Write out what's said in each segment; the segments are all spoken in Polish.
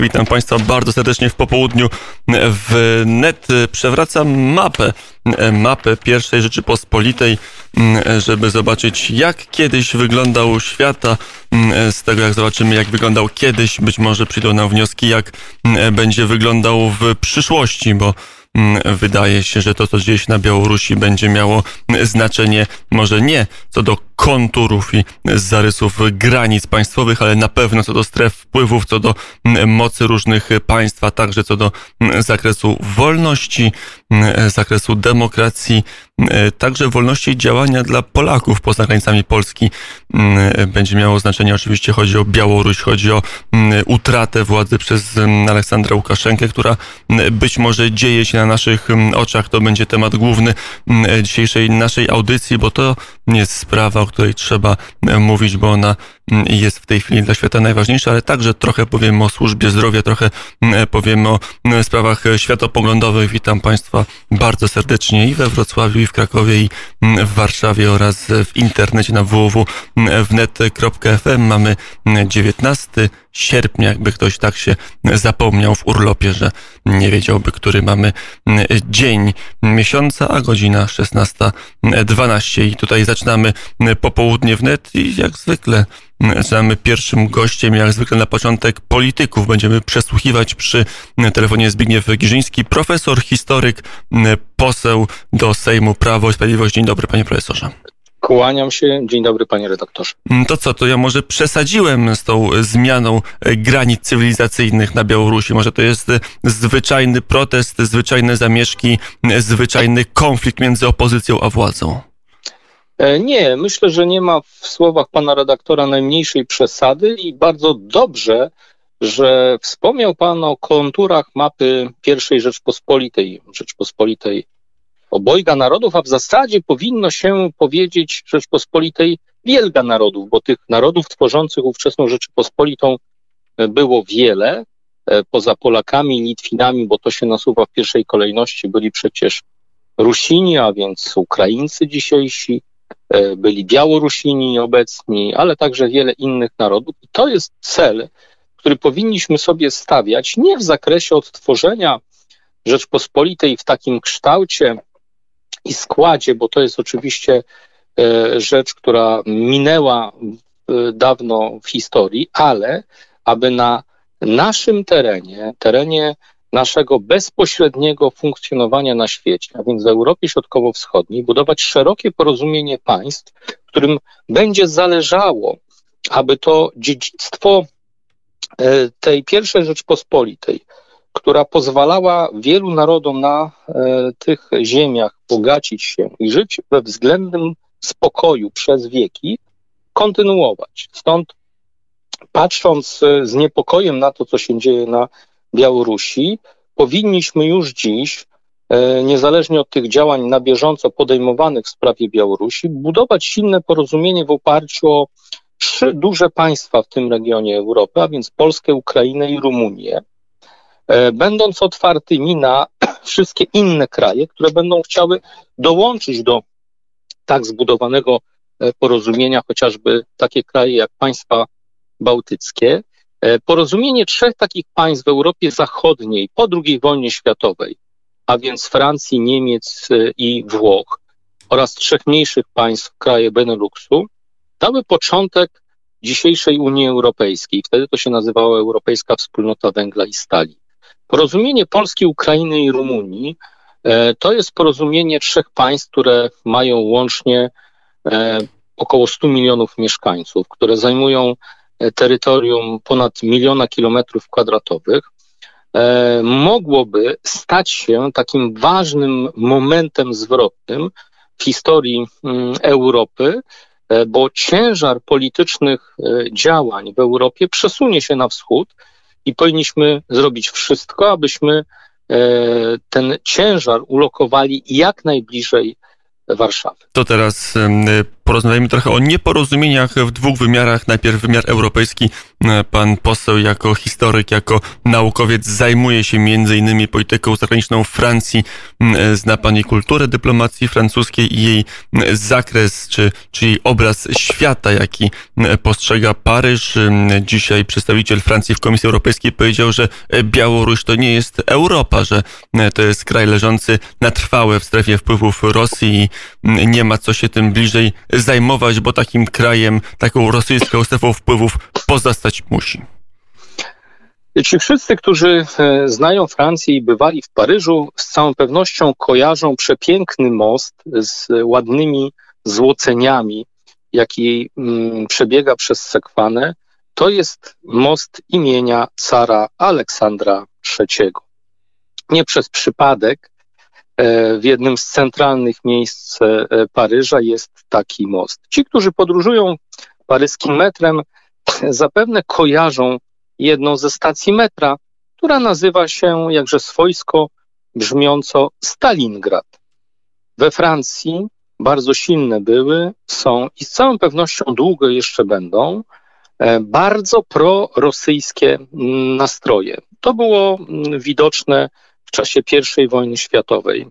Witam Państwa bardzo serdecznie w popołudniu. Wnet przewracam mapę I Rzeczypospolitej, żeby zobaczyć, jak kiedyś wyglądał świat. Z tego, jak zobaczymy, jak wyglądał kiedyś, być może przyjdą nam wnioski, jak będzie wyglądał w przyszłości, bo wydaje się, że to, co dzieje się na Białorusi, będzie miało znaczenie może nie co do konturów i zarysów granic państwowych, ale na pewno co do stref wpływów, co do mocy różnych państw, a także co do zakresu wolności, zakresu demokracji, także wolności działania dla Polaków poza granicami Polski. Będzie miało znaczenie, oczywiście chodzi o Białoruś, chodzi o utratę władzy przez Aleksandra Łukaszenkę, która być może dzieje się na naszych oczach. To będzie temat główny dzisiejszej naszej audycji, bo to nie jest sprawa, o której trzeba mówić, bo ona jest w tej chwili dla świata najważniejsza, ale także trochę powiemy o służbie zdrowia, trochę powiemy o sprawach światopoglądowych. Witam Państwa bardzo serdecznie i we Wrocławiu, i w Krakowie, i w Warszawie oraz w internecie na www.wnet.fm. Mamy 19 sierpnia, jakby ktoś tak się zapomniał w urlopie, że nie wiedziałby, który mamy dzień miesiąca, a godzina 16:12. I tutaj zaczynamy popołudnie wnet i jak zwykle zaczynamy pierwszym gościem, jak zwykle na początek, polityków. Będziemy przesłuchiwać przy telefonie Zbigniew Girzyński, profesor, historyk, poseł do Sejmu Prawo i Sprawiedliwość. Dzień dobry, panie profesorze. Kłaniam się. Dzień dobry, panie redaktorze. To co, to ja może przesadziłem z tą zmianą granic cywilizacyjnych na Białorusi. Może to jest zwyczajny protest, zwyczajne zamieszki, zwyczajny konflikt między opozycją a władzą? Nie, myślę, że nie ma w słowach pana redaktora najmniejszej przesady i bardzo dobrze, że wspomniał pan o konturach mapy I Rzeczpospolitej obojga narodów, a w zasadzie powinno się powiedzieć Rzeczpospolitej wielga narodów, bo tych narodów tworzących ówczesną Rzeczypospolitą było wiele. Poza Polakami i Litwinami, bo to się nasuwa w pierwszej kolejności, byli przecież Rusini, a więc Ukraińcy dzisiejsi, byli Białorusini obecni, ale także wiele innych narodów. I to jest cel, który powinniśmy sobie stawiać nie w zakresie odtworzenia Rzeczpospolitej w takim kształcie i składzie, bo to jest oczywiście rzecz, która minęła dawno w historii, ale aby na naszym terenie naszego bezpośredniego funkcjonowania na świecie, a więc w Europie Środkowo-Wschodniej, budować szerokie porozumienie państw, którym będzie zależało, aby to dziedzictwo tej I Rzeczpospolitej, która pozwalała wielu narodom na tych ziemiach bogacić się i żyć we względnym spokoju przez wieki, kontynuować. Stąd patrząc z niepokojem na to, co się dzieje na Białorusi, powinniśmy już dziś, niezależnie od tych działań na bieżąco podejmowanych w sprawie Białorusi, budować silne porozumienie w oparciu o 3 duże państwa w tym regionie Europy, a więc Polskę, Ukrainę i Rumunię, będąc otwartymi na wszystkie inne kraje, które będą chciały dołączyć do tak zbudowanego porozumienia, chociażby takie kraje jak państwa bałtyckie. Porozumienie 3 takich państw w Europie Zachodniej po II wojnie światowej, a więc Francji, Niemiec i Włoch oraz 3 mniejszych państw, kraje Beneluxu, dały początek dzisiejszej Unii Europejskiej. Wtedy to się nazywało Europejska Wspólnota Węgla i Stali. Porozumienie Polski, Ukrainy i Rumunii to jest porozumienie 3 państw, które mają łącznie około 100 milionów mieszkańców, które zajmują terytorium ponad 1 miliona kilometrów kwadratowych, mogłoby stać się takim ważnym momentem zwrotnym w historii Europy, bo ciężar politycznych działań w Europie przesunie się na wschód i powinniśmy zrobić wszystko, abyśmy ten ciężar ulokowali jak najbliżej Warszawy. To teraz porozmawiajmy trochę o nieporozumieniach w dwóch wymiarach. Najpierw wymiar europejski. Pan poseł jako historyk, jako naukowiec zajmuje się między innymi polityką zagraniczną Francji. Zna pan jej kulturę dyplomacji francuskiej i jej zakres, czy jej obraz świata, jaki postrzega Paryż. Dzisiaj przedstawiciel Francji w Komisji Europejskiej powiedział, że Białoruś to nie jest Europa, że to jest kraj leżący na trwałe w strefie wpływów Rosji i nie ma co się tym bliżej zajmować, bo takim krajem, taką rosyjską strefą wpływów pozostać musi. Ci wszyscy, którzy znają Francję i bywali w Paryżu, z całą pewnością kojarzą przepiękny most z ładnymi złoceniami, jaki przebiega przez Sekwanę. To jest most imienia cara Aleksandra III. Nie przez przypadek w jednym z centralnych miejsc Paryża jest taki most. Ci, którzy podróżują paryskim metrem, zapewne kojarzą jedną ze stacji metra, która nazywa się jakże swojsko brzmiąco Stalingrad. We Francji bardzo silne były, są i z całą pewnością długo jeszcze będą bardzo prorosyjskie nastroje. To było widoczne w czasie I wojny światowej.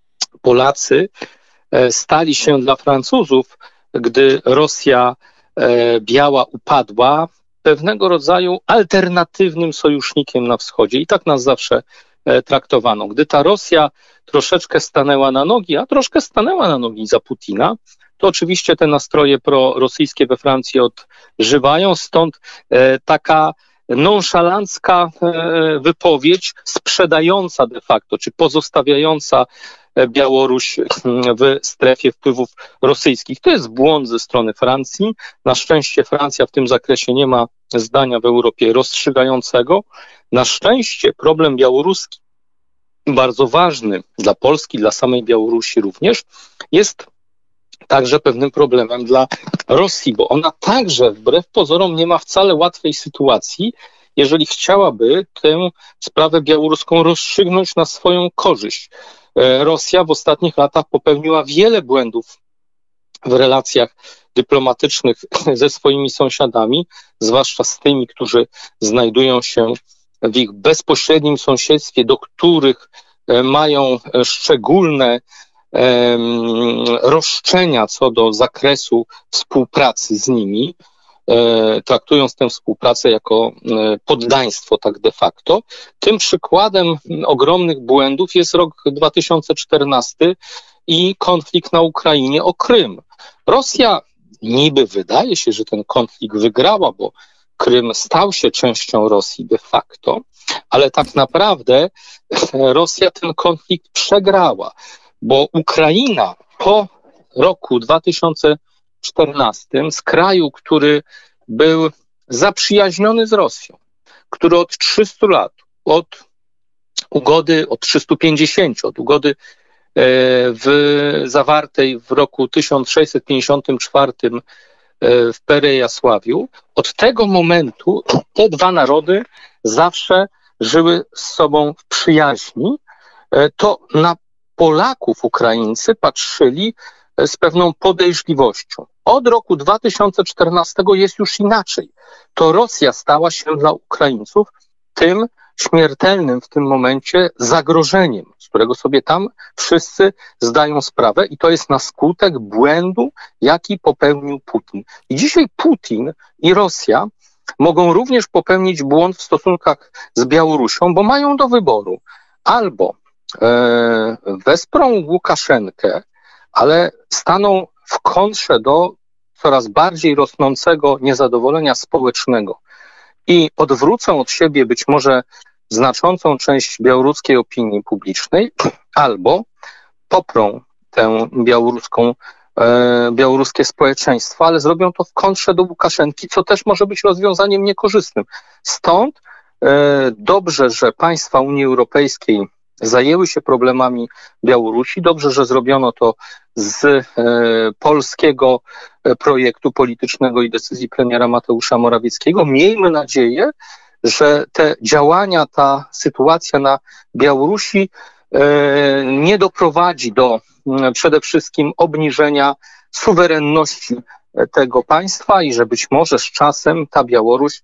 Polacy stali się dla Francuzów, gdy Rosja biała upadła, pewnego rodzaju alternatywnym sojusznikiem na wschodzie i tak nas zawsze traktowano. Gdy ta Rosja troszeczkę stanęła na nogi, a troszkę stanęła na nogi za Putina, to oczywiście te nastroje prorosyjskie we Francji odżywają, stąd taka nonszalancka wypowiedź sprzedająca de facto, czy pozostawiająca Białoruś w strefie wpływów rosyjskich. To jest błąd ze strony Francji. Na szczęście Francja w tym zakresie nie ma zdania w Europie rozstrzygającego. Na szczęście problem białoruski, bardzo ważny dla Polski, dla samej Białorusi również, jest także pewnym problemem dla Rosji, bo ona także wbrew pozorom nie ma wcale łatwej sytuacji, jeżeli chciałaby tę sprawę białoruską rozstrzygnąć na swoją korzyść. Rosja w ostatnich latach popełniła wiele błędów w relacjach dyplomatycznych ze swoimi sąsiadami, zwłaszcza z tymi, którzy znajdują się w ich bezpośrednim sąsiedztwie, do których mają szczególne roszczenia co do zakresu współpracy z nimi, traktując tę współpracę jako poddaństwo tak de facto. Tym przykładem ogromnych błędów jest rok 2014 i konflikt na Ukrainie o Krym. Rosja niby wydaje się, że ten konflikt wygrała, bo Krym stał się częścią Rosji de facto, ale tak naprawdę Rosja ten konflikt przegrała, bo Ukraina po roku 2014 z kraju, który był zaprzyjaźniony z Rosją, który od 300 lat, od 350, od ugody zawartej w roku 1654 w Perejasławiu, od tego momentu te dwa narody zawsze żyły z sobą w przyjaźni. To na Polaków Ukraińcy patrzyli z pewną podejrzliwością. Od roku 2014 jest już inaczej. To Rosja stała się dla Ukraińców tym śmiertelnym w tym momencie zagrożeniem, z którego sobie tam wszyscy zdają sprawę i to jest na skutek błędu, jaki popełnił Putin. I dzisiaj Putin i Rosja mogą również popełnić błąd w stosunkach z Białorusią, bo mają do wyboru albo wesprą Łukaszenkę, ale staną w kontrze do coraz bardziej rosnącego niezadowolenia społecznego i odwrócą od siebie być może znaczącą część białoruskiej opinii publicznej, albo poprą tę białoruskie społeczeństwo, ale zrobią to w kontrze do Łukaszenki, co też może być rozwiązaniem niekorzystnym. Stąd dobrze, że państwa Unii Europejskiej zajęły się problemami Białorusi. Dobrze, że zrobiono to z polskiego projektu politycznego i decyzji premiera Mateusza Morawieckiego. Miejmy nadzieję, że te działania, ta sytuacja na Białorusi nie doprowadzi do przede wszystkim obniżenia suwerenności tego państwa i że być może z czasem ta Białoruś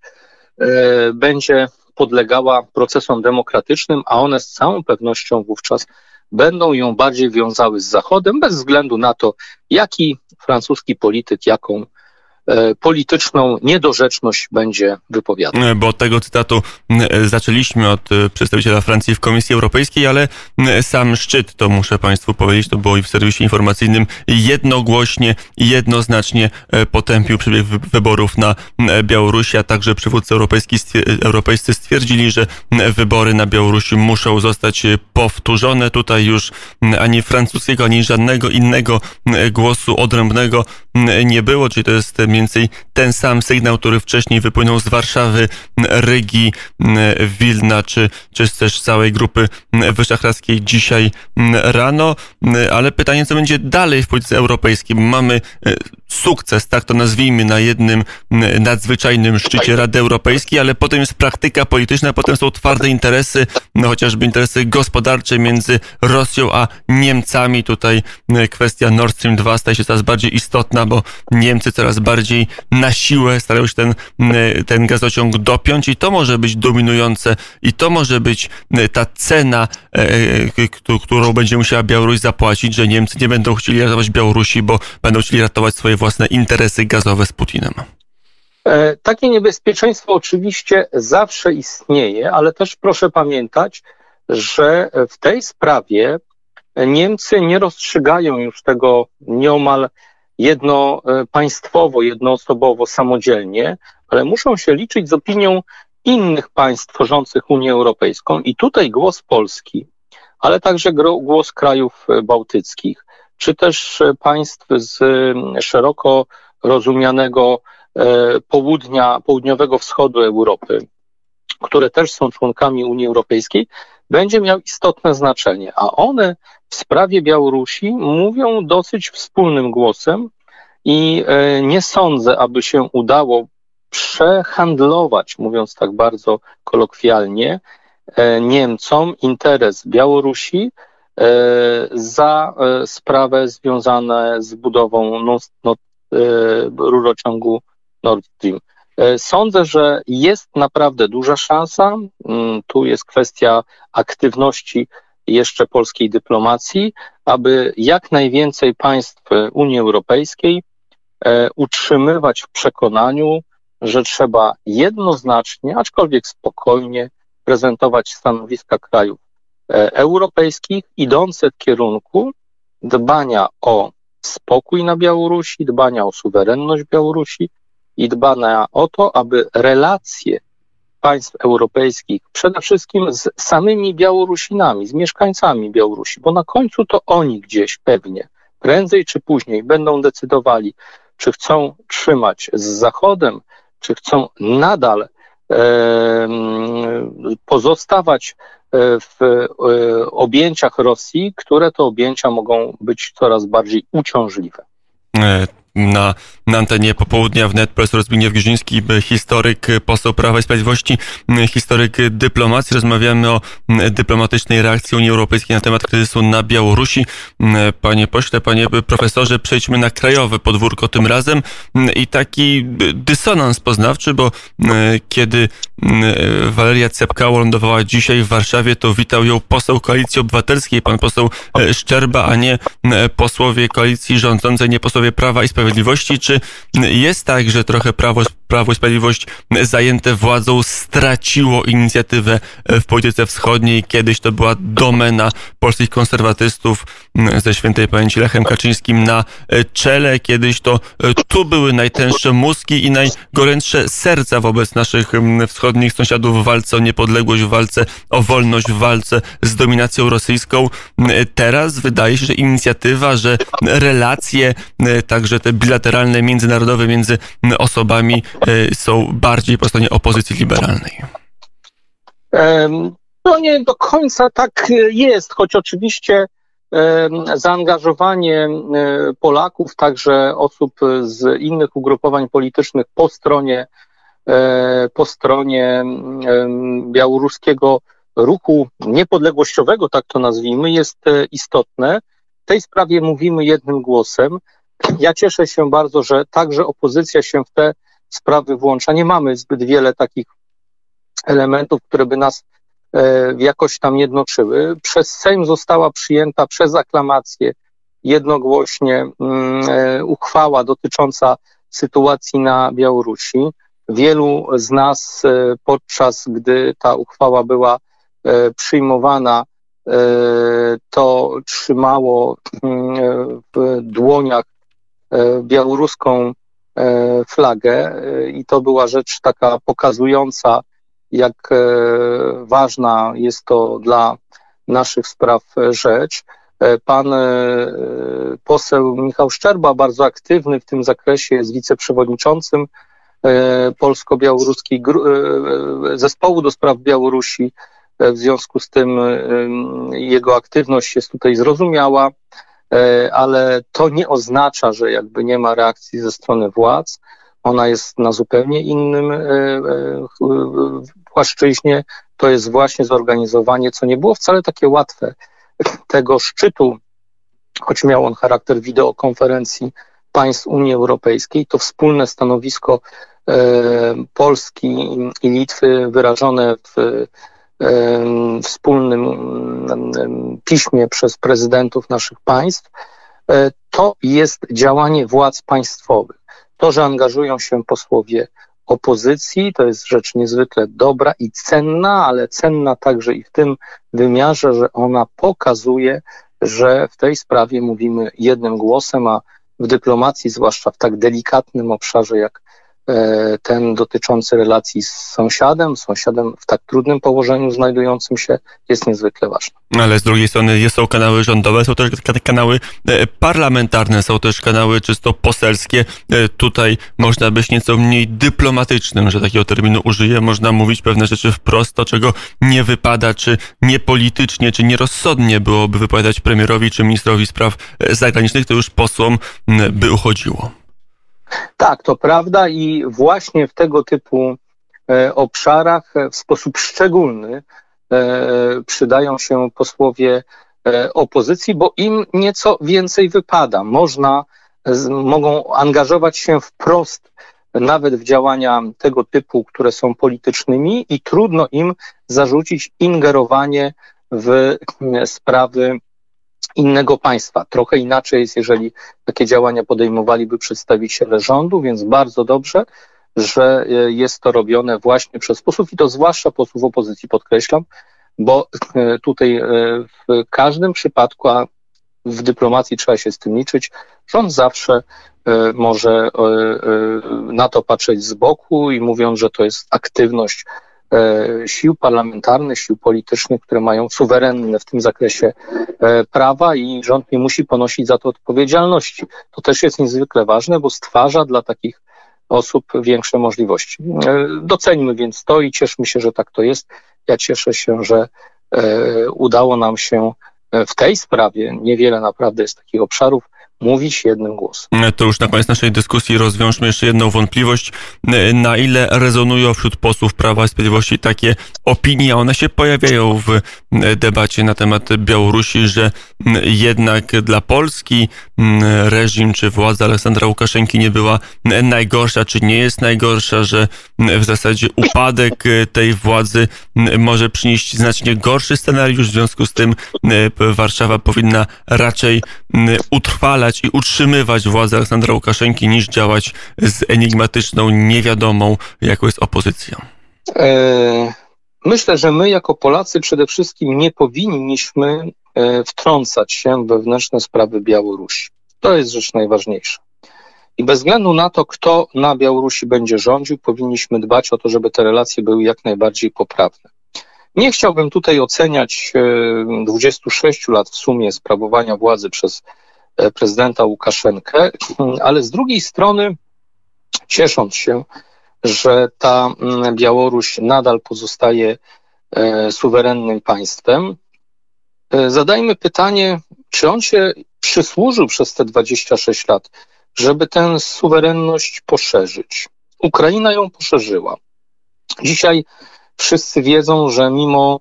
będzie podlegała procesom demokratycznym, a one z całą pewnością wówczas będą ją bardziej wiązały z Zachodem, bez względu na to, jaki francuski polityk, jaką polityczną niedorzeczność będzie wypowiadał. Bo od tego cytatu zaczęliśmy od przedstawiciela Francji w Komisji Europejskiej, ale sam szczyt, to muszę Państwu powiedzieć, to było i w serwisie informacyjnym, jednogłośnie i jednoznacznie potępił przebieg wyborów na Białorusi, a także przywódcy europejscy stwierdzili, że wybory na Białorusi muszą zostać powtórzone. Tutaj już ani francuskiego, ani żadnego innego głosu odrębnego nie było, czyli to jest mniej więcej ten sam sygnał, który wcześniej wypłynął z Warszawy, Rygi, Wilna, czy też całej Grupy Wyszehradzkiej dzisiaj rano. Ale pytanie, co będzie dalej w polityce europejskiej? Mamy sukces, tak to nazwijmy, na jednym nadzwyczajnym szczycie Rady Europejskiej, ale potem jest praktyka polityczna, potem są twarde interesy, chociażby interesy gospodarcze między Rosją a Niemcami. Tutaj kwestia Nord Stream 2 staje się coraz bardziej istotna, bo Niemcy coraz bardziej na siłę starają się ten gazociąg dopiąć i to może być dominujące i to może być ta cena, którą będzie musiała Białoruś zapłacić, że Niemcy nie będą chcieli ratować Białorusi, bo będą chcieli ratować swoje własne interesy gazowe z Putinem. Takie niebezpieczeństwo oczywiście zawsze istnieje, ale też proszę pamiętać, że w tej sprawie Niemcy nie rozstrzygają już tego nieomal jednopaństwowo, jednoosobowo, samodzielnie, ale muszą się liczyć z opinią innych państw tworzących Unię Europejską i tutaj głos Polski, ale także głos krajów bałtyckich, czy też państw z szeroko rozumianego południowego wschodu Europy, które też są członkami Unii Europejskiej, będzie miał istotne znaczenie, a one w sprawie Białorusi mówią dosyć wspólnym głosem i nie sądzę, aby się udało przehandlować, mówiąc tak bardzo kolokwialnie, Niemcom interes Białorusi za sprawę związaną z budową rurociągu Nord Stream. Sądzę, że jest naprawdę duża szansa. Tu jest kwestia aktywności jeszcze polskiej dyplomacji, aby jak najwięcej państw Unii Europejskiej utrzymywać w przekonaniu, że trzeba jednoznacznie, aczkolwiek spokojnie, prezentować stanowiska krajów europejskich idące w kierunku dbania o spokój na Białorusi, dbania o suwerenność Białorusi i dbania o to, aby relacje państw europejskich, przede wszystkim z samymi Białorusinami, z mieszkańcami Białorusi, bo na końcu to oni gdzieś pewnie, prędzej czy później będą decydowali, czy chcą trzymać z Zachodem, czy chcą nadal pozostawać w objęciach Rosji, które to objęcia mogą być coraz bardziej uciążliwe. Na antenie Popołudnia wnet profesor Zbigniew Girzyński, historyk, poseł Prawa i Sprawiedliwości, historyk dyplomacji. Rozmawiamy o dyplomatycznej reakcji Unii Europejskiej na temat kryzysu na Białorusi. Panie pośle, panie profesorze, przejdźmy na krajowe podwórko tym razem i taki dysonans poznawczy, bo kiedy Waleria Cepkała lądowała dzisiaj w Warszawie, to witał ją poseł Koalicji Obywatelskiej, pan poseł Szczerba, a nie posłowie koalicji rządzącej, nie posłowie Prawa i Sprawiedliwości. Czy jest tak, że trochę Prawo i Sprawiedliwość zajęte władzą straciło inicjatywę w polityce wschodniej? Kiedyś to była domena polskich konserwatystów ze świętej pamięci Lechem Kaczyńskim na czele. Kiedyś to tu były najtęższe mózgi i najgorętsze serca wobec naszych wschodnich sąsiadów w walce o niepodległość, w walce o wolność, w walce z dominacją rosyjską. Teraz wydaje się, że inicjatywa, że relacje, także te bilateralne, międzynarodowe między osobami są bardziej po stronie opozycji liberalnej. No nie do końca tak jest, choć oczywiście zaangażowanie Polaków, także osób z innych ugrupowań politycznych po stronie białoruskiego ruchu niepodległościowego, tak to nazwijmy, jest istotne. W tej sprawie mówimy jednym głosem. Ja cieszę się bardzo, że także opozycja się w te sprawy włącza. Nie mamy zbyt wiele takich elementów, które by nas jakoś tam jednoczyły. Przez Sejm została przyjęta przez aklamację jednogłośnie uchwała dotycząca sytuacji na Białorusi. Wielu z nas podczas gdy ta uchwała była przyjmowana, to trzymało w dłoniach białoruską flagę i to była rzecz taka pokazująca, jak ważna jest to dla naszych spraw rzecz. Pan poseł Michał Szczerba, bardzo aktywny w tym zakresie, jest wiceprzewodniczącym polsko-białoruskiej zespołu do spraw Białorusi. W związku z tym jego aktywność jest tutaj zrozumiała, ale to nie oznacza, że jakby nie ma reakcji ze strony władz. Ona jest na zupełnie innym płaszczyźnie. To jest właśnie zorganizowanie, co nie było wcale takie łatwe, tego szczytu, choć miał on charakter wideokonferencji państw Unii Europejskiej. To wspólne stanowisko Polski i Litwy wyrażone w wspólnym piśmie przez prezydentów naszych państw, to jest działanie władz państwowych. To, że angażują się posłowie opozycji, to jest rzecz niezwykle dobra i cenna, ale cenna także i w tym wymiarze, że ona pokazuje, że w tej sprawie mówimy jednym głosem, a w dyplomacji, zwłaszcza w tak delikatnym obszarze jak ten dotyczący relacji z sąsiadem w tak trudnym położeniu znajdującym się, jest niezwykle ważny. Ale z drugiej strony są kanały rządowe, są też kanały parlamentarne, są też kanały czysto poselskie. Tutaj można być nieco mniej dyplomatycznym, że takiego terminu użyję. Można mówić pewne rzeczy wprost, to czego nie wypada, czy niepolitycznie, czy nierozsądnie byłoby wypowiadać premierowi, czy ministrowi spraw zagranicznych, to już posłom by uchodziło. Tak, to prawda i właśnie w tego typu obszarach w sposób szczególny przydają się posłowie opozycji, bo im nieco więcej wypada. Mogą angażować się wprost nawet w działania tego typu, które są politycznymi i trudno im zarzucić ingerowanie w sprawy innego państwa. Trochę inaczej jest, jeżeli takie działania podejmowaliby przedstawiciele rządu, więc bardzo dobrze, że jest to robione właśnie przez posłów i to zwłaszcza posłów opozycji, podkreślam, bo tutaj w każdym przypadku, a w dyplomacji trzeba się z tym liczyć, rząd zawsze może na to patrzeć z boku i mówiąc, że to jest aktywność sił parlamentarnych, sił politycznych, które mają suwerenne w tym zakresie prawa i rząd nie musi ponosić za to odpowiedzialności. To też jest niezwykle ważne, bo stwarza dla takich osób większe możliwości. Doceńmy więc to i cieszmy się, że tak to jest. Ja cieszę się, że udało nam się w tej sprawie, niewiele naprawdę jest takich obszarów, mówić jednym głosem. To już na koniec naszej dyskusji rozwiążmy jeszcze jedną wątpliwość. Na ile rezonują wśród posłów Prawa i Sprawiedliwości takie opinie, one się pojawiają w debacie na temat Białorusi, że jednak dla Polski reżim czy władza Aleksandra Łukaszenki nie była najgorsza, czy nie jest najgorsza, że w zasadzie upadek tej władzy może przynieść znacznie gorszy scenariusz, w związku z tym Warszawa powinna raczej utrwalać i utrzymywać władzę Aleksandra Łukaszenki niż działać z enigmatyczną, niewiadomą, jaką jest opozycja? Myślę, że my jako Polacy przede wszystkim nie powinniśmy wtrącać się w wewnętrzne sprawy Białorusi. To jest rzecz najważniejsza. I bez względu na to, kto na Białorusi będzie rządził, powinniśmy dbać o to, żeby te relacje były jak najbardziej poprawne. Nie chciałbym tutaj oceniać 26 lat w sumie sprawowania władzy przez prezydenta Łukaszenkę, ale z drugiej strony ciesząc się, że ta Białoruś nadal pozostaje suwerennym państwem, zadajmy pytanie, czy on się przysłużył przez te 26 lat, żeby tę suwerenność poszerzyć. Ukraina ją poszerzyła. Dzisiaj wszyscy wiedzą, że mimo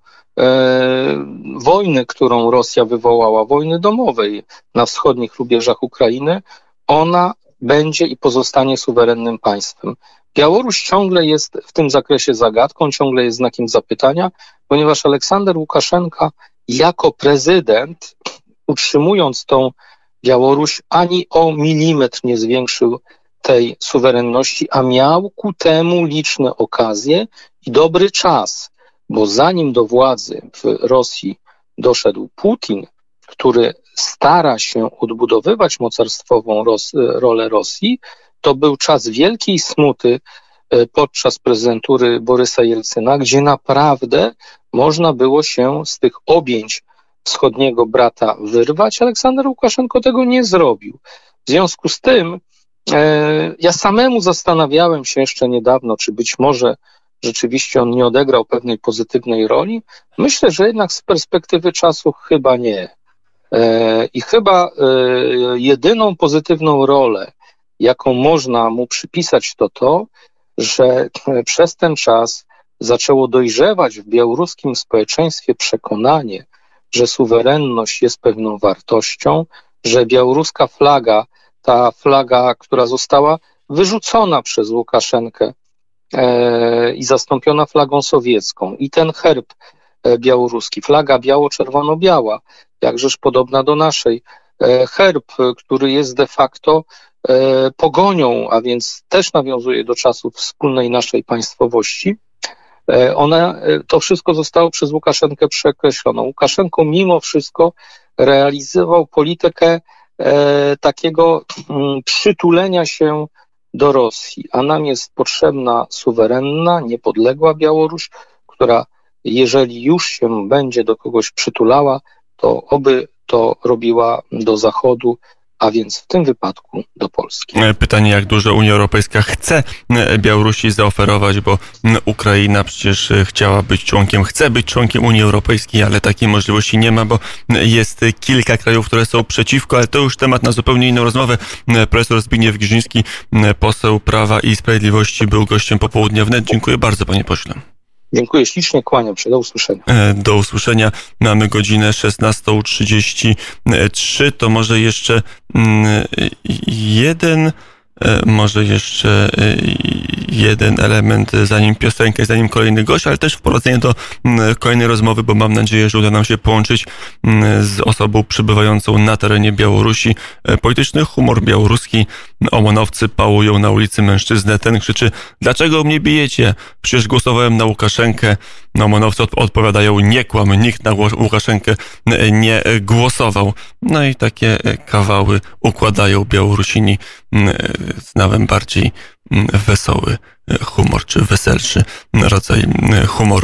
wojny, którą Rosja wywołała, wojny domowej na wschodnich rubieżach Ukrainy, ona będzie i pozostanie suwerennym państwem. Białoruś ciągle jest w tym zakresie zagadką, ciągle jest znakiem zapytania, ponieważ Aleksander Łukaszenka jako prezydent, utrzymując tą Białoruś, ani o milimetr nie zwiększył tej suwerenności, a miał ku temu liczne okazje i dobry czas, bo zanim do władzy w Rosji doszedł Putin, który stara się odbudowywać mocarstwową rolę Rosji, to był czas wielkiej smuty podczas prezydentury Borysa Jelcyna, gdzie naprawdę można było się z tych objęć wschodniego brata wyrwać. Aleksander Łukaszenko tego nie zrobił. W związku z tym ja samemu zastanawiałem się jeszcze niedawno, czy być może rzeczywiście on nie odegrał pewnej pozytywnej roli. Myślę, że jednak z perspektywy czasu chyba nie. I chyba jedyną pozytywną rolę, jaką można mu przypisać, to, że przez ten czas zaczęło dojrzewać w białoruskim społeczeństwie przekonanie, że suwerenność jest pewną wartością, że białoruska flaga, ta flaga, która została wyrzucona przez Łukaszenkę i zastąpiona flagą sowiecką, i ten herb białoruski, flaga biało-czerwono-biała, jakżeż podobna do naszej, herb, który jest de facto pogonią, a więc też nawiązuje do czasów wspólnej naszej państwowości, to wszystko zostało przez Łukaszenkę przekreślone. Łukaszenko mimo wszystko realizował politykę takiego przytulenia się do Rosji, a nam jest potrzebna suwerenna, niepodległa Białoruś, która jeżeli już się będzie do kogoś przytulała, to oby to robiła do Zachodu, a więc w tym wypadku do Polski. Pytanie, jak dużo Unia Europejska chce Białorusi zaoferować, bo Ukraina przecież chce być członkiem Unii Europejskiej, ale takiej możliwości nie ma, bo jest kilka krajów, które są przeciwko, ale to już temat na zupełnie inną rozmowę. Profesor Zbigniew Girzyński, poseł Prawa i Sprawiedliwości, był gościem Popołudnia Wnet. Dziękuję bardzo, panie pośle. Dziękuję ślicznie, kłaniam się. Do usłyszenia. Do usłyszenia. Mamy godzinę 16:33. To może jeszcze jeden element, zanim piosenkę, zanim kolejny gość, ale też wprowadzenie do kolejnej rozmowy, bo mam nadzieję, że uda nam się połączyć z osobą przebywającą na terenie Białorusi. Polityczny humor białoruski. OMON-owcy pałują na ulicy mężczyznę. Ten krzyczy: dlaczego mnie bijecie? Przecież głosowałem na Łukaszenkę. OMON-owcy odpowiadają: nie kłam, nikt na Łukaszenkę nie głosował. No i takie kawały układają Białorusini. Znałem bardziej wesoły humor, czy weselszy rodzaj humoru.